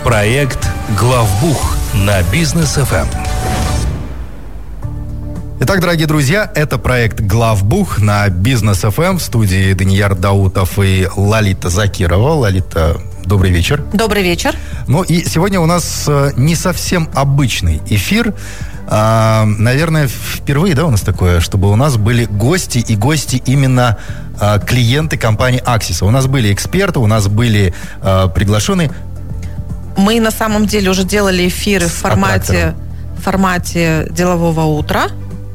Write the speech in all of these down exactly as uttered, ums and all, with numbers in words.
Проект «Главбух» на Бизнес эф эм. Итак, дорогие друзья, это проект «Главбух» на Бизнес эф эм. В студии Данияр Даутов и Лолита Закирова. Лолита, добрый вечер. Добрый вечер. Ну и сегодня у нас не совсем обычный эфир. А, наверное, впервые, да, у нас такое, чтобы у нас были гости, и гости именно а, клиенты компании Axis. У нас были эксперты, у нас были а, приглашенные. Мы на самом деле уже делали эфиры в формате, в формате делового утра.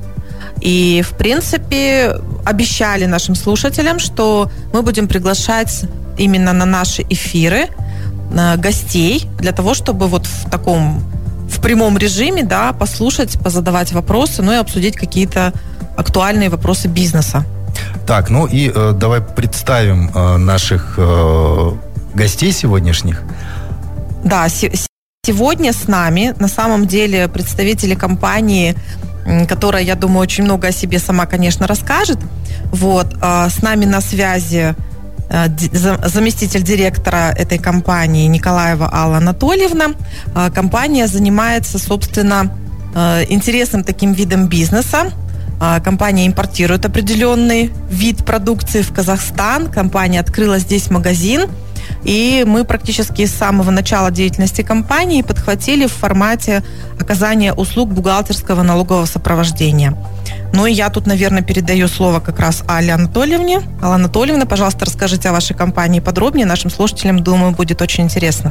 И, в принципе, обещали нашим слушателям, что мы будем приглашать именно на наши эфиры гостей для того, чтобы вот в таком, в прямом режиме, да, послушать, позадавать вопросы, ну и обсудить какие-то актуальные вопросы бизнеса. Так, ну и э, давай представим э, наших э, гостей сегодняшних. Да, с- сегодня с нами на самом деле представители компании, которая, я думаю, очень много о себе сама, конечно, расскажет. Вот. С нами на связи заместитель директора этой компании Николаева Алла Анатольевна. Компания занимается, собственно, интересным таким видом бизнеса. Компания импортирует определенный вид продукции в Казахстан. Компания открыла здесь магазин. И мы практически с самого начала деятельности компании подхватили в формате оказания услуг бухгалтерского налогового сопровождения. Ну и я тут, наверное, передаю слово как раз Алле Анатольевне. Алла Анатольевна, пожалуйста, расскажите о вашей компании подробнее. Нашим слушателям, думаю, будет очень интересно.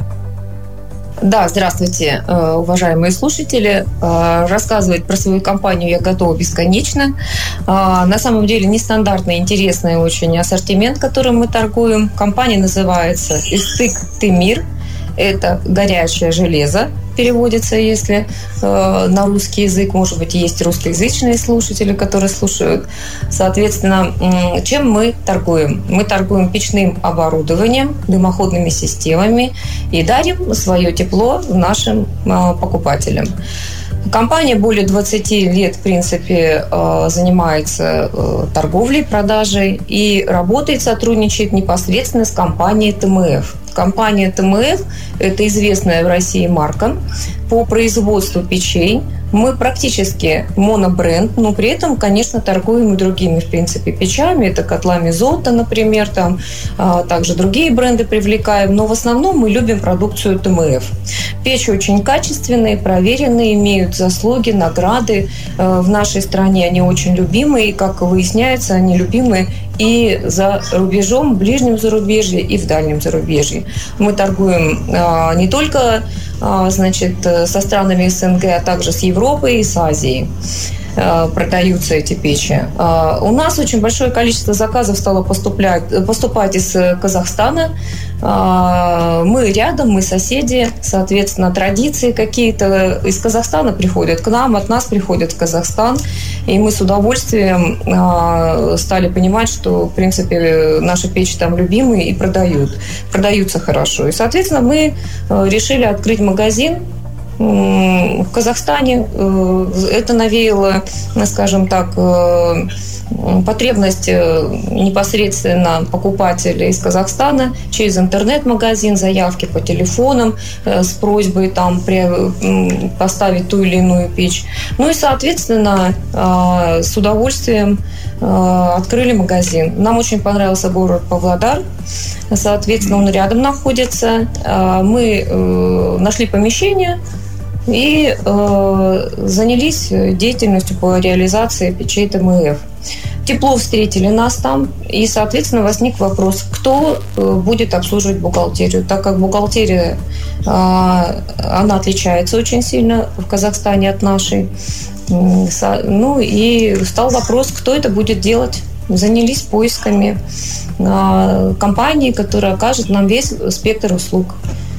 Да, здравствуйте, уважаемые слушатели. Рассказывать про свою компанию я готова бесконечно. На самом деле нестандартный, интересный очень ассортимент, которым мы торгуем. Компания называется «Истык Тымир». Это горячее железо, переводится, если э, на русский язык. Может быть, есть русскоязычные слушатели, которые слушают. Соответственно, э, чем мы торгуем? Мы торгуем печным оборудованием, дымоходными системами и дарим свое тепло нашим э, покупателям. Компания более двадцать лет, в принципе, занимается торговлей, продажей и работает, сотрудничает непосредственно с компанией тэ эм эф. Компания тэ эм эф – это известная в России марка по производству печей. Мы практически монобренд, но при этом, конечно, торгуем и другими, в принципе, печами. Это котлами Золото, например, там, а также другие бренды привлекаем. Но в основном мы любим продукцию тэ эм эф. Печи очень качественные, проверенные, имеют заслуги, награды. В нашей стране они очень любимые. И, как выясняется, они любимы и за рубежом, в ближнем зарубежье, и в дальнем зарубежье. Мы торгуем а, не только а, значит, со странами эс эн гэ, а также с Европой и с Азией. А, продаются эти печи. А, у нас очень большое количество заказов стало поступлять, поступать из Казахстана. А, мы рядом, мы соседи, соответственно, традиции какие-то из Казахстана приходят к нам, от нас приходят в Казахстан. И мы с удовольствием а, стали понимать, что, в принципе, наши печи там любимые и продают. Продаются хорошо. И, соответственно, мы решили открыть магазин в Казахстане. Это навеяло, скажем так, потребность непосредственно покупателей из Казахстана через интернет-магазин, заявки по телефонам с просьбой там поставить ту или иную печь. Ну и, соответственно, с удовольствием открыли магазин. Нам очень понравился город Павлодар. Соответственно, он рядом находится. Мы нашли помещение и э, занялись деятельностью по реализации печей тэ эм эф. Тепло встретили нас там, и, соответственно, возник вопрос, кто э, будет обслуживать бухгалтерию, так как бухгалтерия, э, она отличается очень сильно в Казахстане от нашей. Ну и стал вопрос, кто это будет делать. Занялись поисками э, компании, которая окажет нам весь спектр услуг.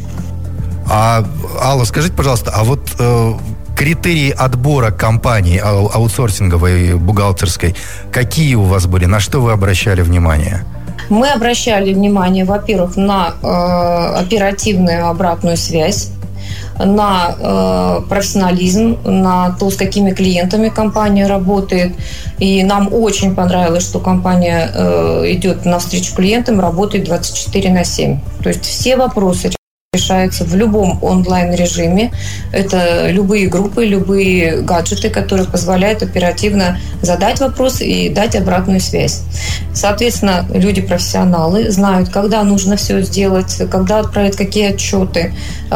А, Алла, скажите, пожалуйста, а вот э, критерии отбора компании ау- аутсорсинговой, бухгалтерской, какие у вас были? На что вы обращали внимание? Мы обращали внимание, во-первых, на э, оперативную обратную связь, на э, профессионализм, на то, с какими клиентами компания работает. И нам очень понравилось, что компания э, идет навстречу клиентам, работает двадцать четыре на семь. То есть все вопросы решается в любом онлайн-режиме. Это любые группы, любые гаджеты, которые позволяют оперативно задать вопрос и дать обратную связь. Соответственно, люди-профессионалы знают, когда нужно все сделать, когда отправить какие отчеты,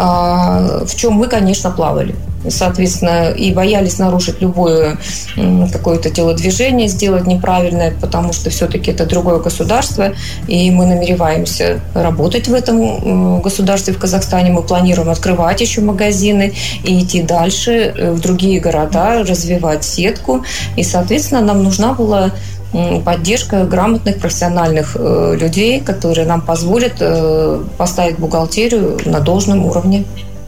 в чем мы, конечно, плавали. Соответственно, и боялись нарушить любое какое-то телодвижение, сделать неправильное, потому что все-таки это другое государство, и мы намереваемся работать в этом государстве, в Казахстане. Мы планируем открывать еще магазины и идти дальше в другие города, развивать сетку. И, соответственно, нам нужна была поддержка грамотных профессиональных людей, которые нам позволят поставить бухгалтерию на должном уровне.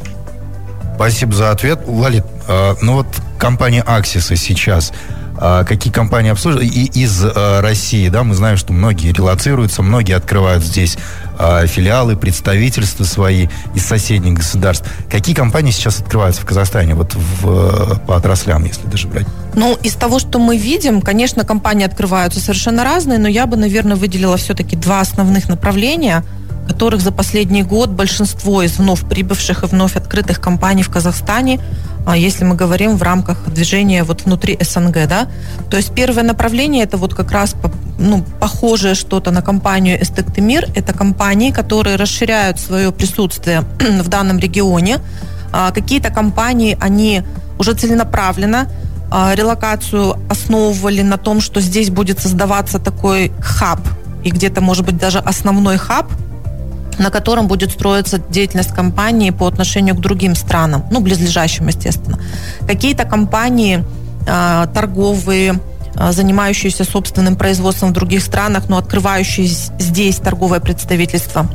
Спасибо за ответ. Лалит, э, ну вот компания Аксиса сейчас, э, какие компании обслуживают? И из э, России, да, мы знаем, что многие релоцируются, многие открывают здесь э, филиалы, представительства свои из соседних государств. Какие компании сейчас открываются в Казахстане, вот в, по отраслям, если даже брать? Ну, из того, что мы видим, конечно, компании открываются совершенно разные, но я бы, наверное, выделила все-таки два основных направления, которых за последний год большинство из вновь прибывших и вновь открытых компаний в Казахстане, если мы говорим в рамках движения вот внутри СНГ, да, то есть первое направление это вот как раз ну, похожее что-то на компанию Эстектимир, это компании, которые расширяют свое присутствие в данном регионе. Какие-то компании, они уже целенаправленно релокацию основывали на том, что здесь будет создаваться такой хаб, и где-то, может быть, даже основной хаб, на котором будет строиться деятельность компании по отношению к другим странам, ну, близлежащим, естественно. Какие-то компании э, торговые, э, занимающиеся собственным производством в других странах, но открывающие здесь торговое представительство,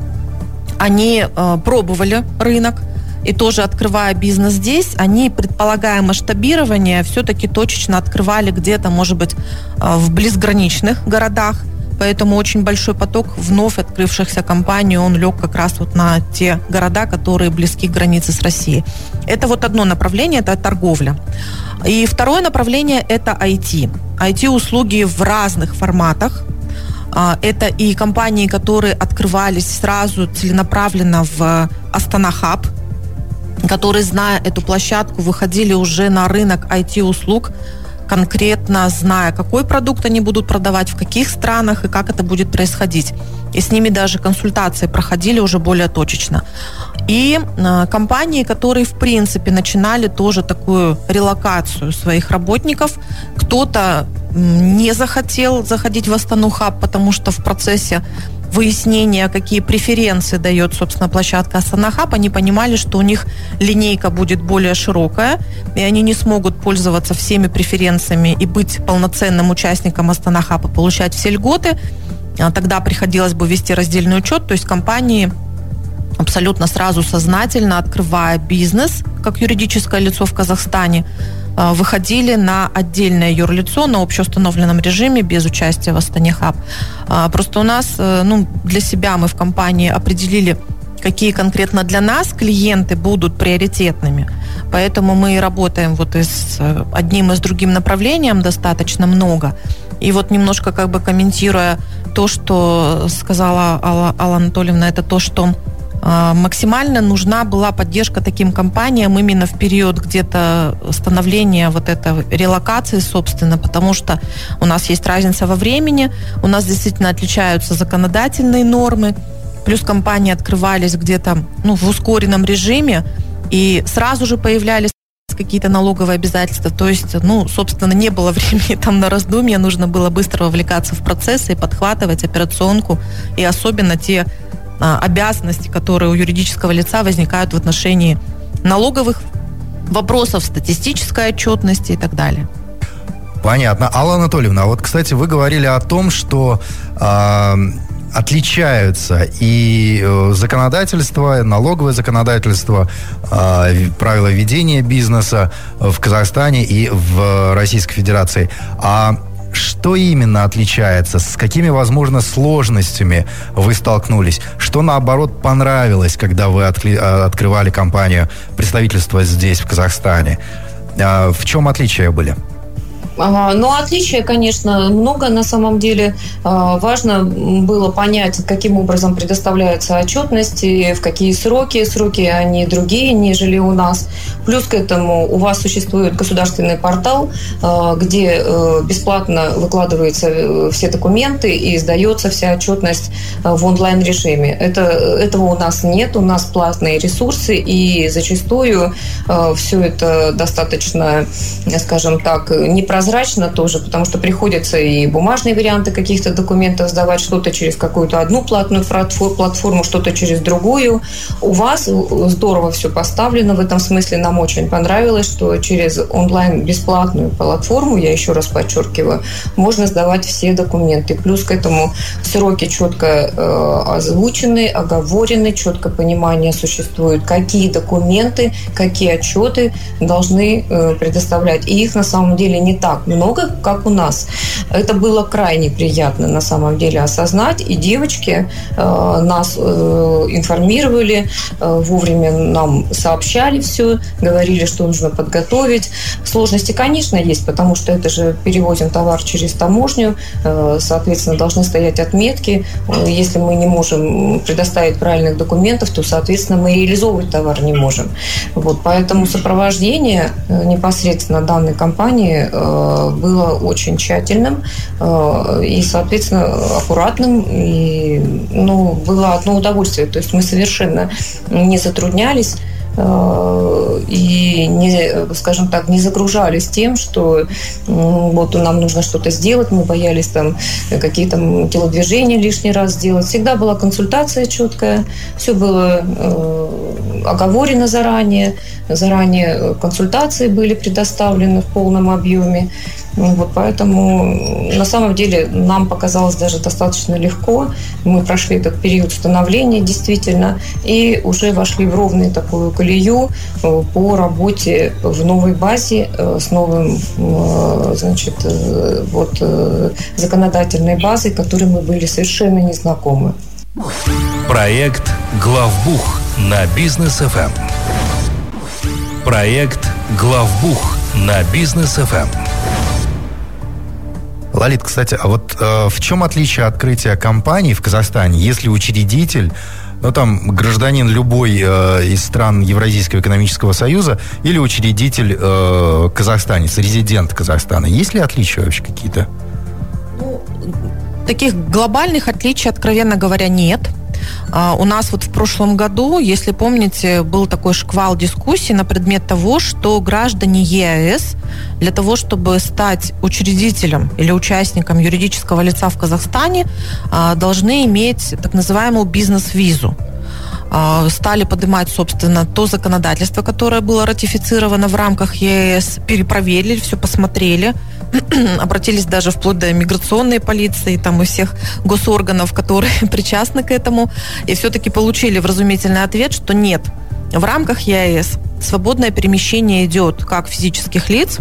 они э, пробовали рынок, и тоже открывая бизнес здесь, они, предполагая масштабирование, все-таки точечно открывали где-то, может быть, э, в близграничных городах. Поэтому очень большой поток вновь открывшихся компаний, он лег как раз вот на те города, которые близки к границе с Россией. Это вот одно направление, это торговля. И второе направление – это ай ти. ай ти-услуги в разных форматах. Это и компании, которые открывались сразу целенаправленно в Астана Хаб, которые, зная эту площадку, выходили уже на рынок ай ти-услуг, конкретно зная, какой продукт они будут продавать, в каких странах и как это будет происходить. И с ними даже консультации проходили уже более точечно. И э, компании, которые, в принципе, начинали тоже такую релокацию своих работников. Кто-то не захотел заходить в Астану Хаб, потому что в процессе выяснения, какие преференции дает, собственно, площадка Астана Хаб, они понимали, что у них линейка будет более широкая, и они не смогут пользоваться всеми преференциями и быть полноценным участником Астана Хаб и получать все льготы. Тогда приходилось бы вести раздельный учет, то есть компании абсолютно сразу сознательно, открывая бизнес как юридическое лицо в Казахстане, выходили на отдельное юрлицо на общеустановленном режиме без участия в Астане Хаб. Просто у нас, ну, для себя мы в компании определили, какие конкретно для нас клиенты будут приоритетными. Поэтому мы работаем вот и с одним и с другим направлением достаточно много. И вот немножко как бы комментируя то, что сказала Алла, Алла Анатольевна, это то, что максимально нужна была поддержка таким компаниям именно в период где-то становления вот этой релокации, собственно, потому что у нас есть разница во времени, у нас действительно отличаются законодательные нормы, плюс компании открывались где-то, ну, в ускоренном режиме, и сразу же появлялись какие-то налоговые обязательства, то есть, ну, собственно, не было времени там на раздумья, нужно было быстро вовлекаться в процессы и подхватывать операционку, и особенно те обязанности, которые у юридического лица возникают в отношении налоговых вопросов, статистической отчетности и так далее. Понятно. Алла Анатольевна, а вот, кстати, вы говорили о том, что э, отличаются и законодательство, налоговое законодательство, э, правила ведения бизнеса в Казахстане и в Российской Федерации. А что именно отличается? С какими, возможно, сложностями вы столкнулись? Что, наоборот, понравилось, когда вы откли- открывали компанию, представительство здесь, в Казахстане? В чем отличия были? Ну, отличия, конечно, много на самом деле. Важно было понять, каким образом предоставляется отчетность, и в какие сроки. Сроки, они другие, нежели у нас. Плюс к этому у вас существует государственный портал, где бесплатно выкладываются все документы и сдается вся отчетность в онлайн-режиме. Это, этого у нас нет, у нас платные ресурсы, и зачастую все это достаточно, скажем так, непрозрачно тоже, потому что приходится и бумажные варианты каких-то документов сдавать, что-то через какую-то одну платную платформу, что-то через другую. У вас здорово все поставлено в этом смысле. Нам очень понравилось, что через онлайн бесплатную платформу, я еще раз подчеркиваю, можно сдавать все документы. Плюс к этому сроки четко э, озвучены, оговорены, четко понимание существует, какие документы, какие отчеты должны э, предоставлять. И их на самом деле не так много, как у нас. Это было крайне приятно на самом деле осознать, и девочки э, нас э, информировали, э, вовремя нам сообщали все, говорили, что нужно подготовить. Сложности, конечно, есть, потому что это же перевозим товар через таможню, э, соответственно, должны стоять отметки. Если мы не можем предоставить правильных документов, то, соответственно, мы реализовывать товар не можем. Вот, поэтому сопровождение э, непосредственно данной компании э, было очень тщательным э, и, соответственно, аккуратным. И, ну, было одно удовольствие. То есть мы совершенно не затруднялись э, и, не, скажем так, не загружались тем, что э, вот нам нужно что-то сделать, мы боялись там какие-то телодвижения лишний раз сделать. Всегда была консультация четкая, все было э, оговорено заранее, заранее консультации были предоставлены в полном объеме. Вот поэтому на самом деле нам показалось даже достаточно легко. Мы прошли этот период становления действительно и уже вошли в ровную такую колею по работе в новой базе с новым, значит, вот, законодательной базой, которой мы были совершенно не знакомы. Проект «Главбух» на Бизнес-эф эм. Проект «Главбух» на Бизнес-эф эм. Лолит, кстати, а вот э, в чем отличие открытия компании в Казахстане, если учредитель, ну там гражданин любой э, из стран Евразийского экономического союза или учредитель э, казахстанец, резидент Казахстана? Есть ли отличия вообще какие-то? Ну, таких глобальных отличий, откровенно говоря, нет. Uh, у нас вот в прошлом году, если помните, был такой шквал дискуссий на предмет того, что граждане ЕАЭС для того, чтобы стать учредителем или участником юридического лица в Казахстане, uh, должны иметь так называемую бизнес-визу. Uh, стали поднимать, собственно, то законодательство, которое было ратифицировано в рамках ЕАЭС, перепроверили, все посмотрели, обратились даже вплоть до миграционной полиции, там и всех госорганов, которые причастны к этому, и все-таки получили вразумительный ответ, что нет, в рамках ЕАЭС свободное перемещение идет как физических лиц,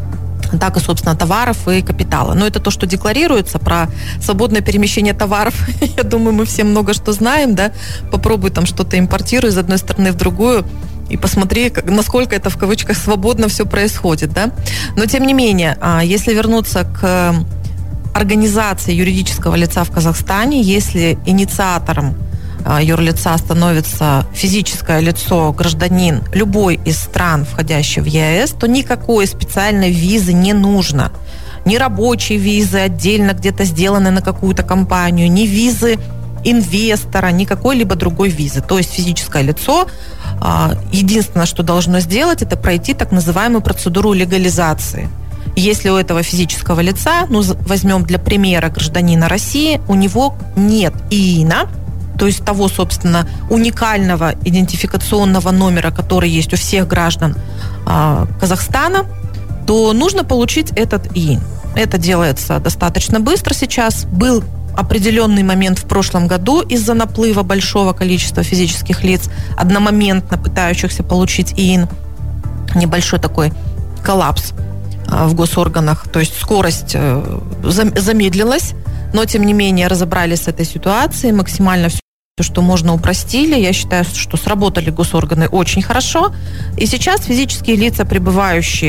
так и, собственно, товаров и капитала. Но это то, что декларируется. Про свободное перемещение товаров, я думаю, мы все много что знаем, да. Попробуй там что-то импортируй из одной страны в другую и посмотри, насколько это в кавычках свободно все происходит, да. Но, тем не менее, если вернуться к организации юридического лица в Казахстане, если инициатором юрлица становится физическое лицо, гражданин любой из стран, входящих в ЕАЭС, то никакой специальной визы не нужно. Ни рабочей визы, отдельно где-то сделаны на какую-то компанию, ни визы инвестора, ни какой-либо другой визы. То есть физическое лицо, единственное, что должно сделать, это пройти так называемую процедуру легализации. Если у этого физического лица, ну, возьмем для примера гражданина России, у него нет ИИНа, то есть того, собственно, уникального идентификационного номера, который есть у всех граждан э, Казахстана, то нужно получить этот ИИН. Это делается достаточно быстро сейчас. Был определенный момент в прошлом году из-за наплыва большого количества физических лиц, одномоментно пытающихся получить ИИН. Небольшой такой коллапс э, в госорганах. То есть скорость э, замедлилась, но, тем не менее, разобрались с этой ситуацией, максимально все, что можно, упростили. Я считаю, что сработали госорганы очень хорошо. И сейчас физические лица, пребывающие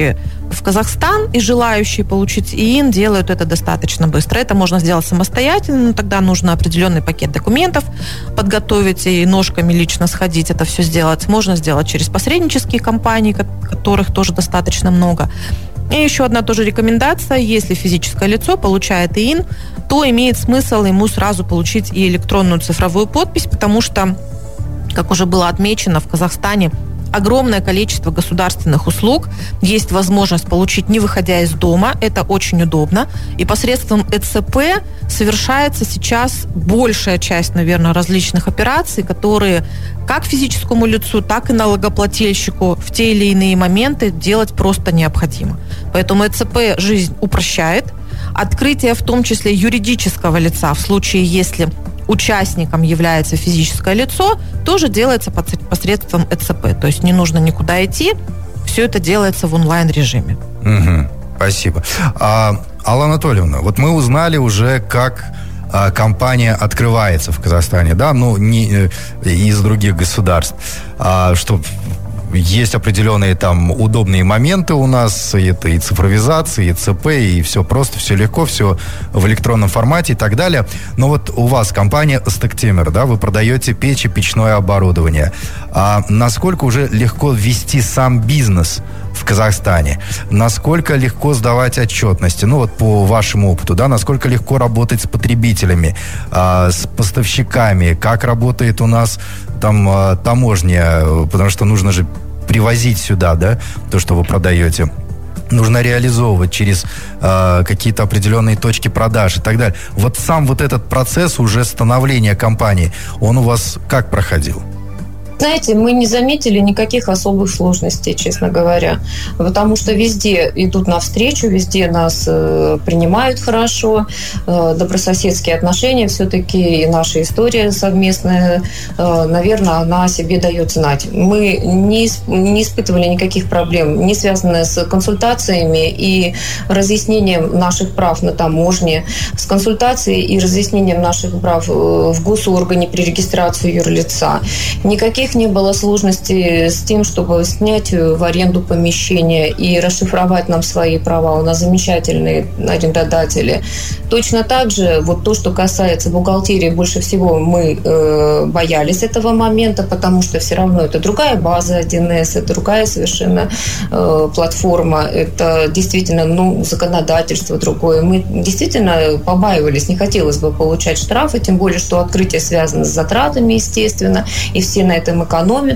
в Казахстан, и желающие получить ИИН делают это достаточно быстро. Это можно сделать самостоятельно, но тогда нужно определенный пакет документов подготовить и ножками лично сходить, это все сделать. Можно сделать через посреднические компании, которых тоже достаточно много. И еще одна тоже рекомендация: если физическое лицо получает ИИН, то имеет смысл ему сразу получить и электронную цифровую подпись, потому что, как уже было отмечено, в Казахстане огромное количество государственных услуг есть возможность получить, не выходя из дома. Это очень удобно. И посредством ЭЦП совершается сейчас большая часть, наверное, различных операций, которые как физическому лицу, так и налогоплательщику в те или иные моменты делать просто необходимо. Поэтому ЭЦП жизнь упрощает. Открытие, в том числе юридического лица, в случае, если участником является физическое лицо, тоже делается посредством ЭЦП. То есть не нужно никуда идти, все это делается в онлайн-режиме. Угу, спасибо. А, Алла Анатольевна, вот мы узнали уже, как а, компания открывается в Казахстане, да, ну, не из других государств, а, что есть определенные там удобные моменты у нас, это и цифровизация, и ЦП, и все просто, все легко, все в электронном формате и так далее. Но вот у вас компания Stocktimer, да, вы продаете печи, печное оборудование. А насколько уже легко вести сам бизнес в Казахстане? Насколько легко сдавать отчетности? Ну вот по вашему опыту, да, насколько легко работать с потребителями, а, с поставщиками? Как работает у нас там а, таможня? Потому что нужно же привозить сюда, да, то, что вы продаете. Нужно реализовывать через э, какие-то определенные точки продаж и так далее. Вот сам вот этот процесс уже становления компании, он у вас как проходил? Знаете, мы не заметили никаких особых сложностей, честно говоря, потому что везде идут навстречу, везде нас э, принимают хорошо, э, добрососедские отношения, все-таки и наша история совместная, э, наверное, она о себе дает знать. Мы не, не испытывали никаких проблем, не связанных с консультациями и разъяснением наших прав на таможне, с консультацией и разъяснением наших прав в госоргане при регистрации юрлица. Никаких не было сложностей с тем, чтобы снять в аренду помещение и расшифровать нам свои права. У нас замечательные арендодатели. Точно так же, вот то, что касается бухгалтерии, больше всего мы э, боялись этого момента, потому что все равно это другая база один эс, это другая совершенно э, платформа, это действительно, ну, законодательство другое. Мы действительно побаивались, не хотелось бы получать штрафы, тем более, что открытие связано с затратами, естественно, и все на этом экономят.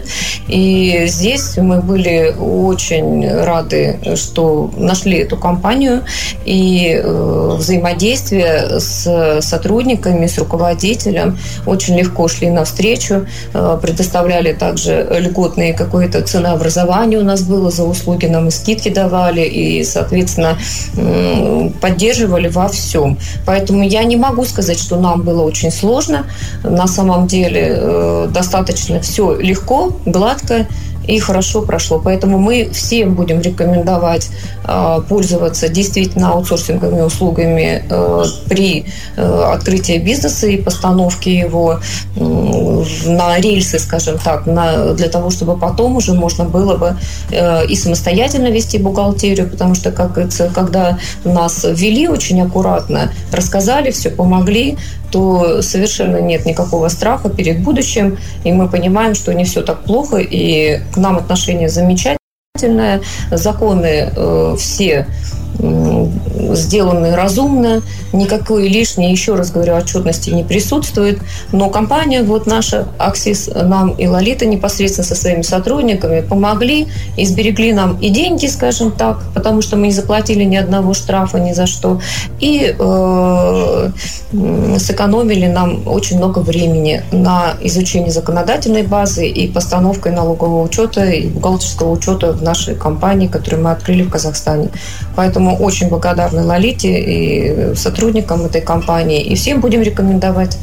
И здесь мы были очень рады, что нашли эту компанию, и э, взаимодействие с сотрудниками, с руководителем очень легко шли навстречу, э, предоставляли также льготные какое-то ценообразование у нас было за услуги, нам и скидки давали, и, соответственно, э, поддерживали во всем. Поэтому я не могу сказать, что нам было очень сложно. На самом деле э, достаточно все легко, гладко и хорошо прошло. Поэтому мы всем будем рекомендовать э, пользоваться действительно аутсорсинговыми услугами э, при э, открытии бизнеса и постановке его э, на рельсы, скажем так, на, для того, чтобы потом уже можно было бы э, и самостоятельно вести бухгалтерию, потому что, как говорится, когда нас ввели очень аккуратно, рассказали все, помогли, то совершенно нет никакого страха перед будущим, и мы понимаем, что не все так плохо, и к нам отношение замечательное, законы э, все э, сделаны разумно, никакой лишней, еще раз говорю, отчетности не присутствует, но компания, вот наша Аксис, нам и Лолита непосредственно со своими сотрудниками помогли и сберегли нам и деньги, скажем так, потому что мы не заплатили ни одного штрафа ни за что, и э, сэкономили нам очень много времени на изучение законодательной базы и постановкой налогового учета и бухгалтерского учета в нашей компании, которую мы открыли в Казахстане. Поэтому очень благодарны Лолите и сотрудникам этой компании, и всем будем рекомендовать.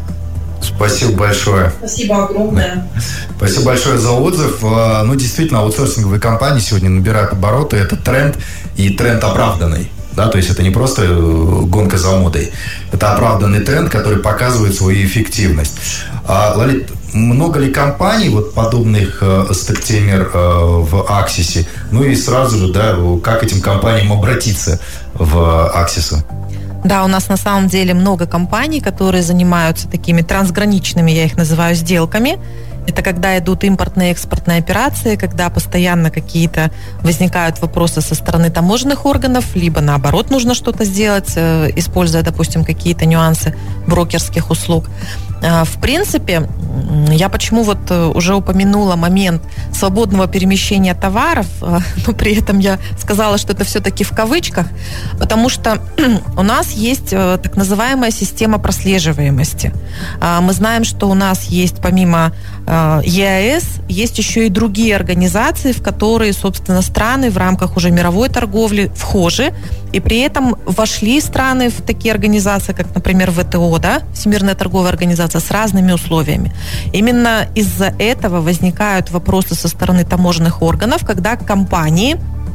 Спасибо большое. Спасибо огромное. Спасибо большое за отзыв. Ну, действительно, аутсорсинговые компании сегодня набирают обороты. Это тренд, и тренд оправданный. да, то есть это не просто гонка за модой, это оправданный тренд, который показывает свою эффективность. А, Лолит, много ли компаний вот подобных э, Stacktaimer э, в Axis? Ну и сразу же, да, как этим компаниям обратиться в Axis? Да, у нас на самом деле много компаний, которые занимаются такими трансграничными, я их называю, сделками. Это когда идут импортные и экспортные операции, когда постоянно какие-то возникают вопросы со стороны таможенных органов, либо наоборот нужно что-то сделать, используя, допустим, какие-то нюансы брокерских услуг. В принципе, я почему вот уже упомянула момент свободного перемещения товаров, но при этом я сказала, что это все-таки в кавычках, потому что у нас есть так называемая система прослеживаемости. Мы знаем, что у нас есть помимо ЕАЭС, есть еще и другие организации, в которые, собственно, страны в рамках уже мировой торговли вхожи, и при этом вошли страны в такие организации, как, например, ВТО, да, Всемирная торговая организация, с разными условиями. Именно из-за этого возникают вопросы со стороны таможенных органов, когда компании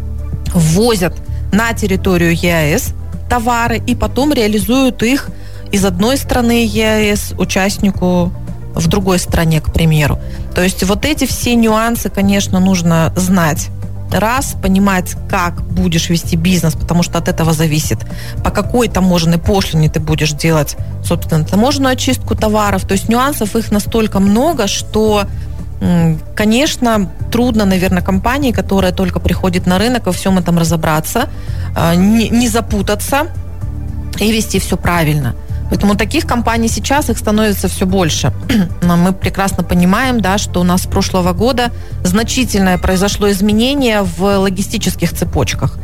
ввозят на территорию ЕАЭС товары и потом реализуют их из одной страны ЕАЭС участнику в другой стране, к примеру. То есть вот эти все нюансы, конечно, нужно знать. Раз, понимать, как будешь вести бизнес, потому что от этого зависит, по какой таможенной пошлине ты будешь делать, собственно, таможенную очистку товаров. То есть нюансов их настолько много, что, конечно, трудно, наверное, компании, которая только приходит на рынок, во всем этом разобраться, не, не запутаться и вести все правильно. Поэтому таких компаний сейчас, их становится все больше. Но мы прекрасно понимаем, да, что у нас с прошлого года значительное произошло изменение в логистических цепочках.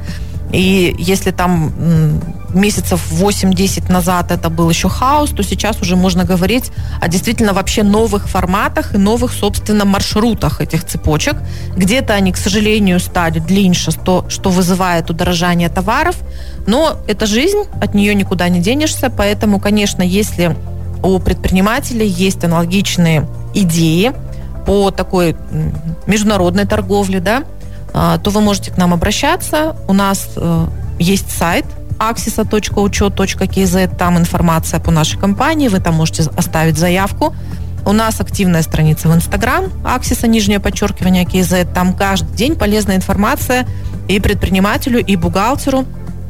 И если там месяцев восемь-десять назад это был еще хаос, то сейчас уже можно говорить о действительно вообще новых форматах и новых, собственно, маршрутах этих цепочек. Где-то они, к сожалению, стали длиннее, что, что вызывает удорожание товаров. Но это жизнь, от нее никуда не денешься. Поэтому, конечно, если у предпринимателей есть аналогичные идеи по такой международной торговле, да, то вы можете к нам обращаться. У нас э, есть сайт axisa точка учет точка kz, там информация по нашей компании, вы там можете оставить заявку. У нас активная страница в Инстаграм, Axisa, нижнее подчеркивание, kz, там каждый день полезная информация и предпринимателю, и бухгалтеру.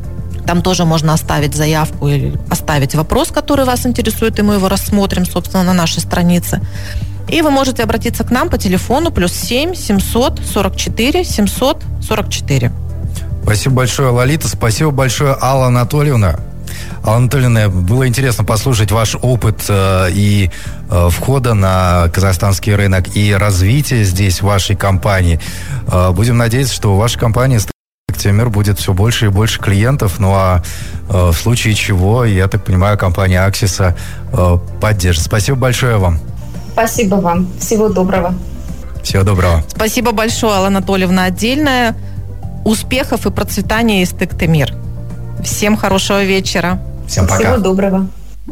Там тоже можно оставить заявку или оставить вопрос, который вас интересует, и мы его рассмотрим, собственно, на нашей странице. И вы можете обратиться к нам по телефону плюс семь семьсот сорок четыре семьсот сорок четыре. Спасибо большое, Лолита. Спасибо большое, Алла Анатольевна. Алла Анатольевна, было интересно послушать ваш опыт э, и э, входа на казахстанский рынок и развития здесь вашей компании. Э, будем надеяться, что у вашей компании Stacktaimer будет все больше и больше клиентов. Ну а э, в случае чего, я так понимаю, компания Axisa э, поддержит. Спасибо большое вам. Спасибо вам. Всего доброго. Всего доброго. Спасибо большое, Алла Анатольевна, отдельное. Успехов и процветания из Stacktaimer. Всем хорошего вечера. Всем пока. Всего доброго.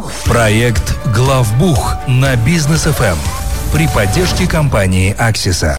Проект «Главбух» на Бизнес эф эм при поддержке компании Axisa.